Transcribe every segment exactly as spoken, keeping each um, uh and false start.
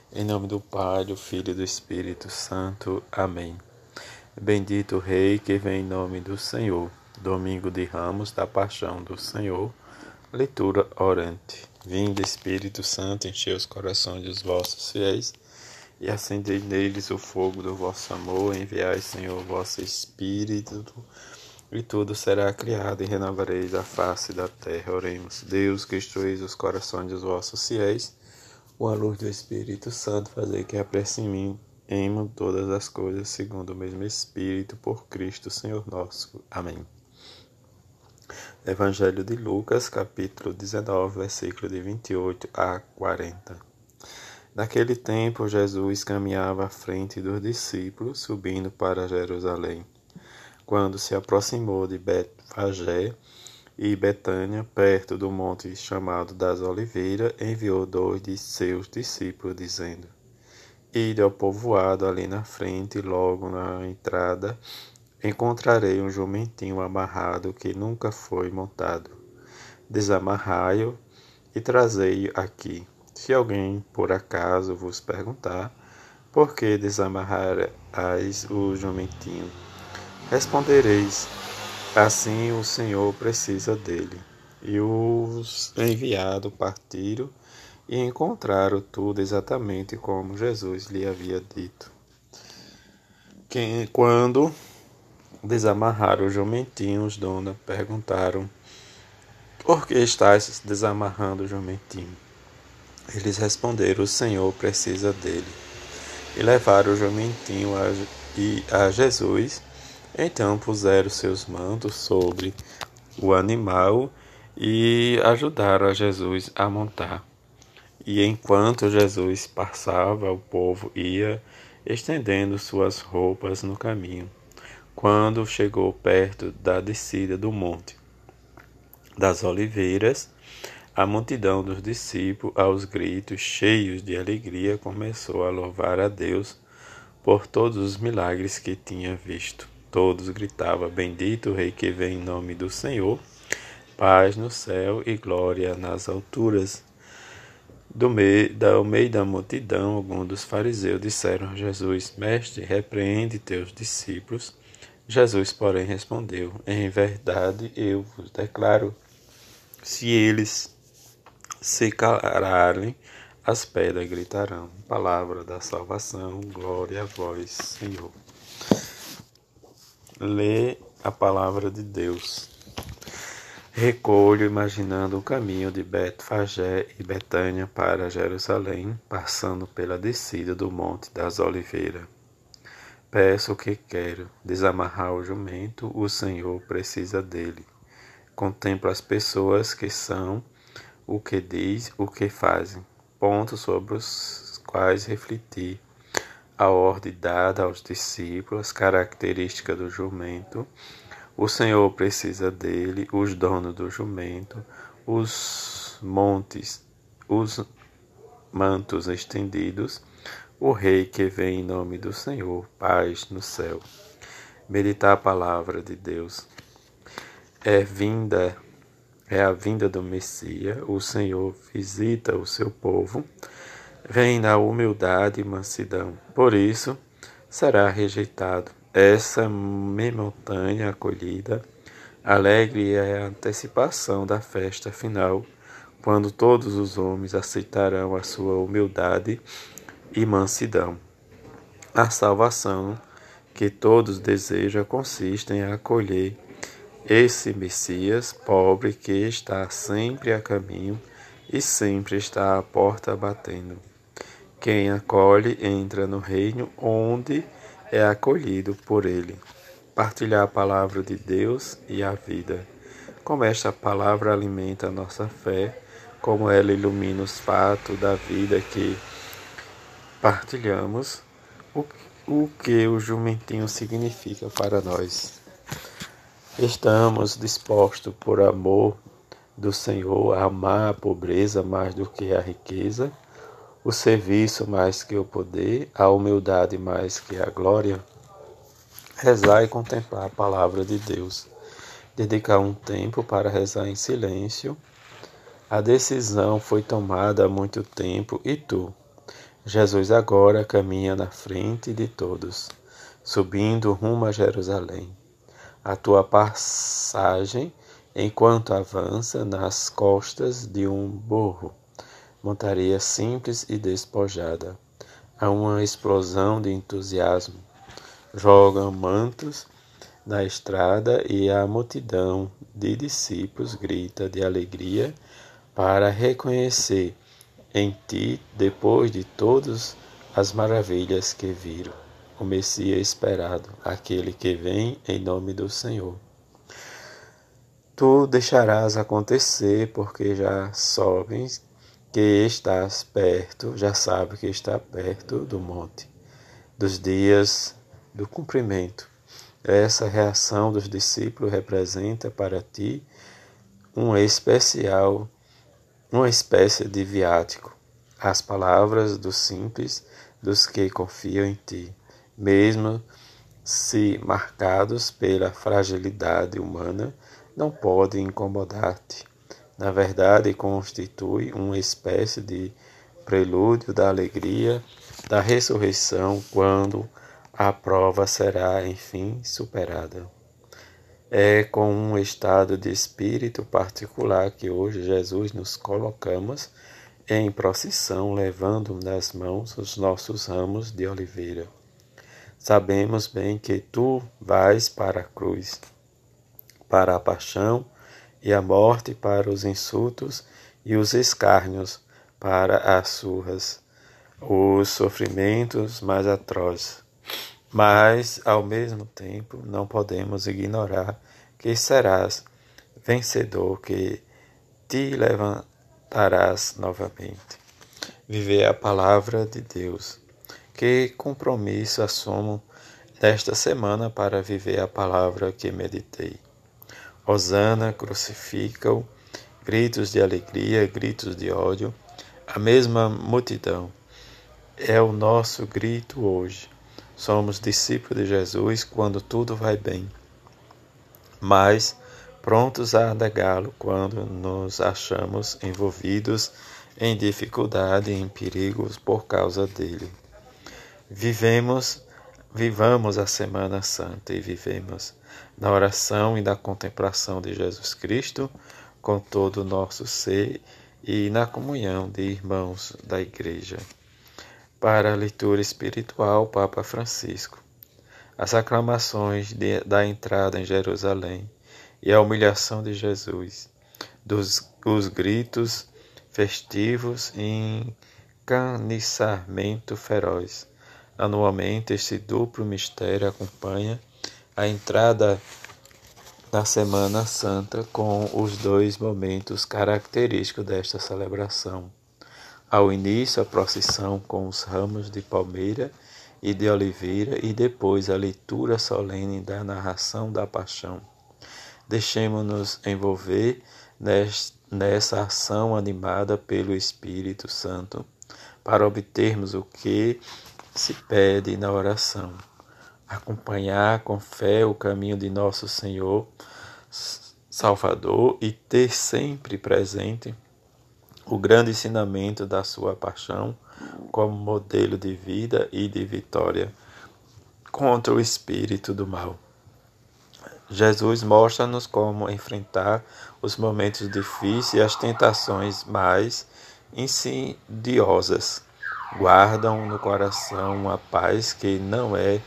Em nome do Pai, do Filho e do Espírito Santo. Amém. Bendito o Rei que vem em nome do Senhor. Domingo de Ramos da Paixão do Senhor. Leitura orante. Vinde, Espírito Santo, enchei os corações dos vossos fiéis e acendei neles o fogo do vosso amor. Enviai, Senhor, o vosso Espírito, e tudo será criado e renovareis a face da terra. Oremos. Deus, que instruís os corações dos vossos fiéis, com a luz do Espírito Santo, fazer que aproximemos todas as coisas segundo o mesmo Espírito, por Cristo Senhor nosso. Amém. Evangelho de Lucas, capítulo dezenove, versículo de vinte e oito a quarenta. Naquele tempo, Jesus caminhava à frente dos discípulos, subindo para Jerusalém. Quando se aproximou de Betfagé e Betânia, perto do monte chamado das Oliveiras, enviou dois de seus discípulos, dizendo: Ide ao povoado ali na frente, e logo na entrada encontrarei um jumentinho amarrado que nunca foi montado. Desamarrai-o e trazei-o aqui. Se alguém, por acaso, vos perguntar: por que desamarrais o jumentinho? Respondereis: assim o Senhor precisa dele. E os enviados partiram e encontraram tudo exatamente como Jesus lhe havia dito. Quem, quando desamarraram o jumentinho, os donos perguntaram: por que estás desamarrando o jumentinho? Eles responderam: o Senhor precisa dele. E levaram o jumentinho a, a Jesus. Então puseram seus mantos sobre o animal e ajudaram a Jesus a montar. E enquanto Jesus passava, o povo ia estendendo suas roupas no caminho. Quando chegou perto da descida do monte das Oliveiras, a multidão dos discípulos, aos gritos cheios de alegria, começou a louvar a Deus por todos os milagres que tinha visto. Todos gritavam: bendito o Rei que vem em nome do Senhor, paz no céu e glória nas alturas. Do meio, do meio da multidão, alguns dos fariseus disseram a Jesus: Mestre, repreende teus discípulos. Jesus, porém, respondeu: em verdade eu vos declaro, se eles se calarem, as pedras gritarão. Palavra da salvação, glória a vós, Senhor. Lê a palavra de Deus. Recolho imaginando o caminho de Betfagé e Betânia para Jerusalém, passando pela descida do Monte das Oliveiras. Peço o que quero, desamarrar o jumento, o Senhor precisa dele. Contemplo as pessoas que são, o que diz, o que fazem, pontos sobre os quais refletir. A ordem dada aos discípulos, as características do jumento, o Senhor precisa dele, os donos do jumento, os montes, os mantos estendidos, o Rei que vem em nome do Senhor, paz no céu. Meditar a palavra de Deus. É vinda, é a vinda do Messias, o Senhor visita o seu povo, vem na humildade e mansidão. Por isso, será rejeitado. Essa montanha acolhida, alegre é a antecipação da festa final, quando todos os homens aceitarão a sua humildade e mansidão. A salvação que todos desejam consiste em acolher esse Messias pobre que está sempre a caminho e sempre está à porta batendo. Quem acolhe entra no reino onde é acolhido por ele. Partilhar a palavra de Deus e a vida. Como esta palavra alimenta a nossa fé, como ela ilumina os fatos da vida que partilhamos, o, o que o jumentinho significa para nós. Estamos dispostos, por amor do Senhor, a amar a pobreza mais do que a riqueza, o serviço mais que o poder, a humildade mais que a glória. Rezar e contemplar a palavra de Deus. Dedicar um tempo para rezar em silêncio. A decisão foi tomada há muito tempo e tu? Jesus agora caminha na frente de todos, subindo rumo a Jerusalém. A tua passagem, enquanto avança nas costas de um burro, montaria simples e despojada. Há uma explosão de entusiasmo. Jogam mantos na estrada e a multidão de discípulos grita de alegria para reconhecer em ti, depois de todas as maravilhas que viram, o Messias esperado, aquele que vem em nome do Senhor. Tu deixarás acontecer, porque já sabes que estás perto, já sabe que está perto do monte, dos dias do cumprimento. Essa reação dos discípulos representa para ti um especial, uma espécie de viático, as palavras dos simples, dos que confiam em ti, mesmo se marcados pela fragilidade humana, não podem incomodar-te. Na verdade, constitui uma espécie de prelúdio da alegria da ressurreição, quando a prova será, enfim, superada. É com um estado de espírito particular que hoje Jesus nos colocamos em procissão, levando nas mãos os nossos ramos de oliveira. Sabemos bem que tu vais para a cruz, para a paixão e a morte, para os insultos e os escárnios, para as surras, os sofrimentos mais atrozes. Mas, ao mesmo tempo, não podemos ignorar que serás vencedor, que te levantarás novamente. Viver a palavra de Deus. Que compromisso assumo nesta semana para viver a palavra que meditei. Hosana, crucifica-o, gritos de alegria, gritos de ódio, a mesma multidão. É o nosso grito hoje. Somos discípulos de Jesus quando tudo vai bem, mas prontos a negá-lo quando nos achamos envolvidos em dificuldade e em perigos por causa dele. Vivemos, vivamos a Semana Santa e vivemos na oração e na contemplação de Jesus Cristo com todo o nosso ser e na comunhão de irmãos da Igreja. Para a leitura espiritual, Papa Francisco. As aclamações de, da entrada em Jerusalém e a humilhação de Jesus, dos os gritos festivos e encaniçamento feroz. Anualmente, este duplo mistério acompanha a entrada da Semana Santa com os dois momentos característicos desta celebração. Ao início, a procissão com os ramos de palmeira e de oliveira e depois a leitura solene da narração da paixão. Deixemo-nos envolver nessa ação animada pelo Espírito Santo para obtermos o que se pede na oração. Acompanhar com fé o caminho de nosso Senhor Salvador e ter sempre presente o grande ensinamento da sua paixão como modelo de vida e de vitória contra o espírito do mal. Jesus mostra-nos como enfrentar os momentos difíceis e as tentações mais insidiosas. Guardam no coração uma paz que não é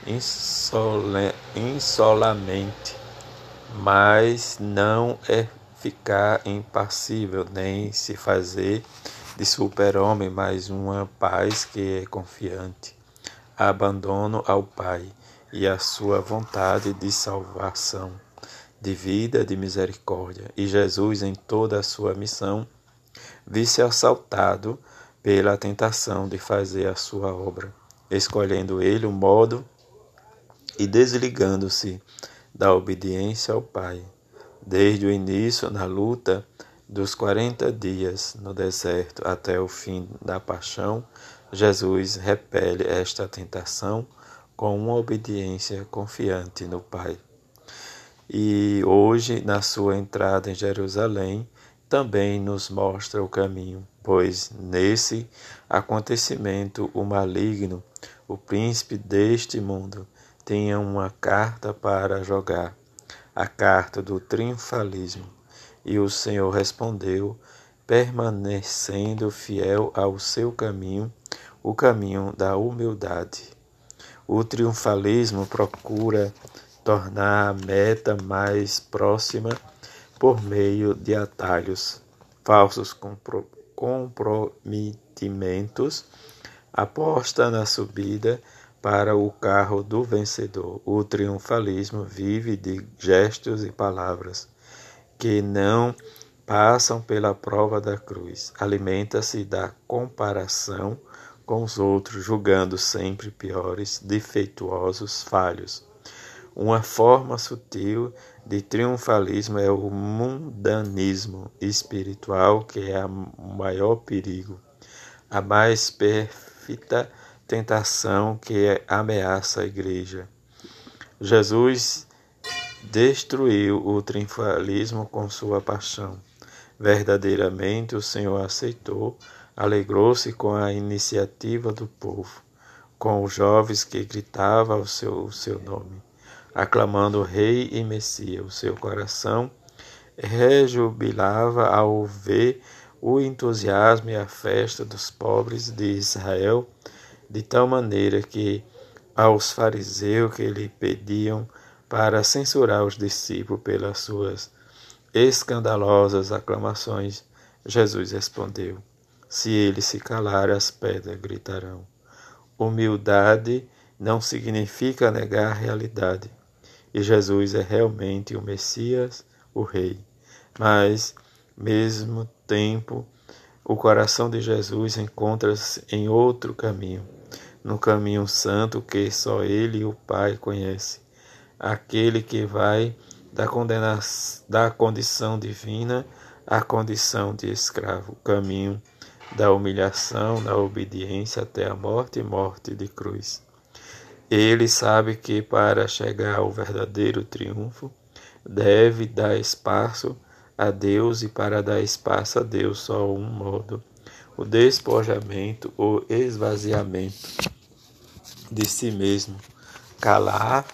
insolamente, mas não é ficar impassível, nem se fazer de super-homem, mas uma paz que é confiante, abandono ao Pai e à sua vontade de salvação, de vida, de misericórdia. E Jesus, em toda a sua missão, vi-se assaltado pela tentação de fazer a sua obra, escolhendo ele o modo e desligando-se da obediência ao Pai. Desde o início, na luta dos quarenta dias no deserto até o fim da paixão, Jesus repele esta tentação com uma obediência confiante no Pai. E hoje, na sua entrada em Jerusalém, também nos mostra o caminho. pois nesse acontecimento o maligno, o príncipe deste mundo, tinha uma carta para jogar, a carta do triunfalismo. E o Senhor respondeu, permanecendo fiel ao seu caminho, o caminho da humildade. O triunfalismo procura tornar a meta mais próxima por meio de atalhos, falsos compro- comprometimentos, aposta na subida para o carro do vencedor. O triunfalismo vive de gestos e palavras que não passam pela prova da cruz. Alimenta-se da comparação com os outros, julgando sempre piores, defeituosos, falhos. Uma forma sutil de triunfalismo é o mundanismo espiritual, que é o maior perigo, a mais perfeita tentação que ameaça a igreja. Jesus destruiu o triunfalismo com sua paixão. Verdadeiramente o Senhor aceitou, alegrou-se com a iniciativa do povo, com os jovens que gritavam o seu, o seu nome, aclamando Rei e Messias. O seu coração rejubilava ao ver o entusiasmo e a festa dos pobres de Israel, de tal maneira que aos fariseus que lhe pediam para censurar os discípulos pelas suas escandalosas aclamações, Jesus respondeu, se eles se calarem, as pedras gritarão. Humildade não significa negar a realidade, e Jesus é realmente o Messias, o Rei. Mas, ao mesmo tempo, o coração de Jesus encontra-se em outro caminho, no caminho santo que só Ele e o Pai conhecem, aquele que vai da, condenação, da condição divina à condição de escravo, o caminho da humilhação, da obediência até a morte e morte de cruz. Ele sabe que para chegar ao verdadeiro triunfo, deve dar espaço a Deus, e para dar espaço a Deus só um modo, o despojamento, o esvaziamento de si mesmo, calar,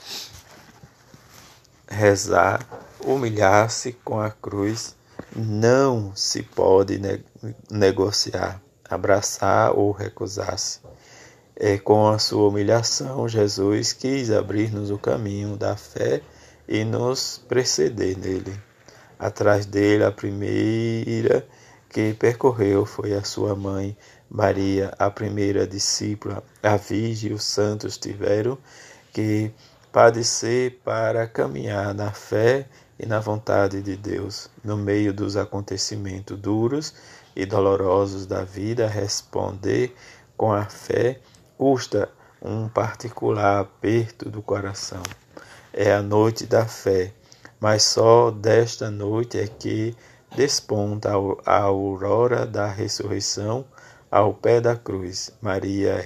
rezar, humilhar-se com a cruz. Não se pode ne- negociar, abraçar ou recusar-se. É, com a sua humilhação, Jesus quis abrir-nos o caminho da fé e nos preceder nele. Atrás dele, a primeira que percorreu foi a sua mãe, Maria, a primeira discípula. A Virgem e os santos tiveram que padecer para caminhar na fé e na vontade de Deus. No meio dos acontecimentos duros e dolorosos da vida, responder com a fé custa um particular aperto do coração. É a noite da fé, mas só desta noite é que desponta a aurora da ressurreição ao pé da cruz. Maria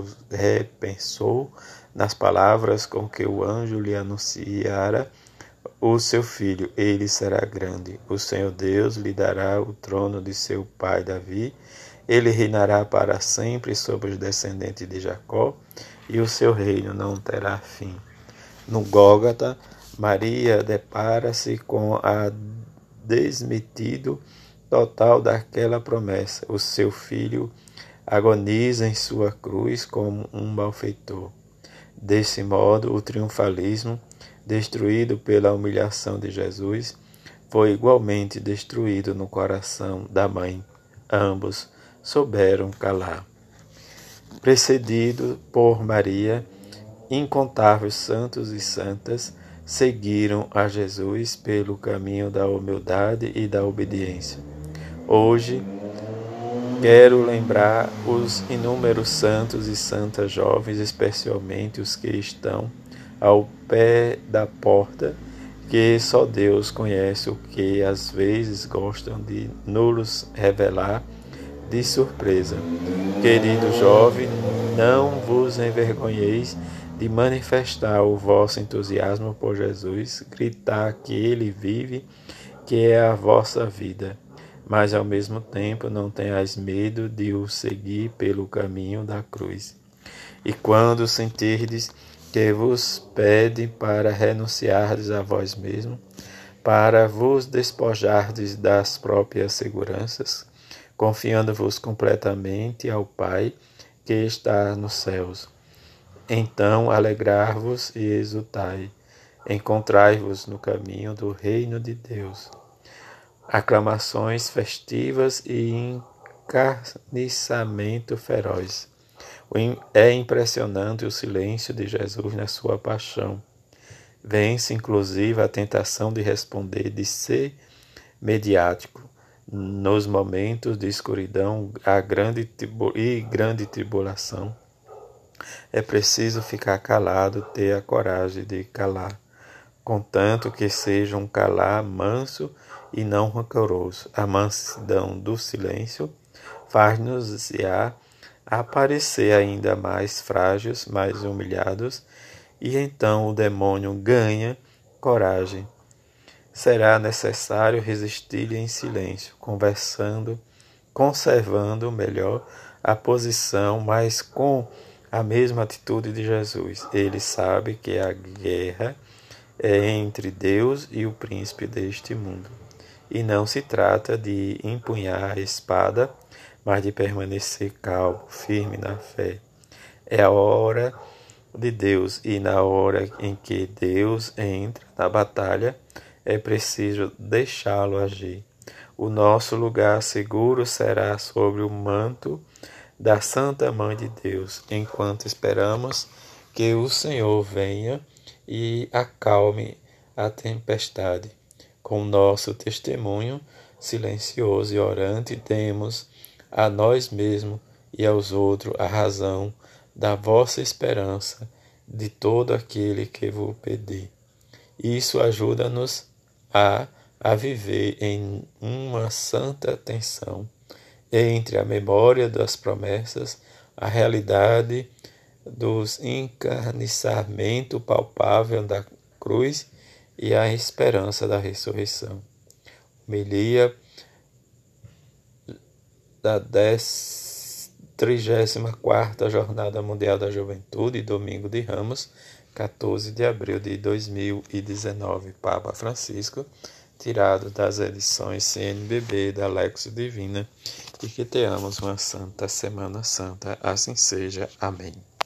repensou nas palavras com que o anjo lhe anunciara o seu filho. Ele será grande. O Senhor Deus lhe dará o trono de seu pai Davi. Ele reinará para sempre sobre os descendentes de Jacó, e o seu reino não terá fim. No Gólgota, Maria depara-se com a desmentido total daquela promessa. O seu filho agoniza em sua cruz como um malfeitor. Desse modo, o triunfalismo, destruído pela humilhação de Jesus, foi igualmente destruído no coração da mãe. Ambos souberam calar. Precedido por Maria, incontáveis santos e santas seguiram a Jesus pelo caminho da humildade e da obediência. Hoje, quero lembrar os inúmeros santos e santas jovens, especialmente os que estão ao pé da porta, que só Deus conhece o que às vezes gostam de nos revelar de surpresa. Querido jovem, não vos envergonheis de manifestar o vosso entusiasmo por Jesus, gritar que Ele vive, que é a vossa vida. mas ao mesmo tempo não tenhais medo de o seguir pelo caminho da cruz. E quando sentirdes que vos pede para renunciardes a vós mesmos, para vos despojardes das próprias seguranças, confiando-vos completamente ao Pai que está nos céus. Então alegrar-vos e exultai, encontrai-vos no caminho do reino de Deus. Aclamações festivas e encarniçamento feroz. É impressionante o silêncio de Jesus na sua paixão. Vence, inclusive, a tentação de responder, de ser mediático. Nos momentos de escuridão a grande e grande tribulação, é preciso ficar calado, ter a coragem de calar, contanto que seja um calar manso e não rancoroso. A mansidão do silêncio faz-nos aparecer ainda mais frágeis, mais humilhados, e então o demônio ganha coragem. Será necessário resistir em silêncio, conversando, conservando melhor a posição, mas com a mesma atitude de Jesus. Ele sabe que a guerra é entre Deus e o príncipe deste mundo. E não se trata de empunhar a espada, mas de permanecer calmo, firme na fé. É a hora de Deus, e na hora em que Deus entra na batalha, é preciso deixá-lo agir. O nosso lugar seguro será sobre o manto da Santa Mãe de Deus, enquanto esperamos que o Senhor venha e acalme a tempestade. Com nosso testemunho silencioso e orante, demos a nós mesmos e aos outros a razão da vossa esperança de todo aquele que vos pedir. Isso ajuda-nos a, a viver em uma santa tensão entre a memória das promessas, a realidade dos encarniçamento palpável da cruz e a esperança da ressurreição. Homilia da trigésima quarta Jornada Mundial da Juventude, domingo de Ramos, quatorze de abril de dois mil e dezenove, Papa Francisco, tirado das edições C N B B da Lexio Divina, e que tenhamos uma santa Semana Santa, assim seja. Amém.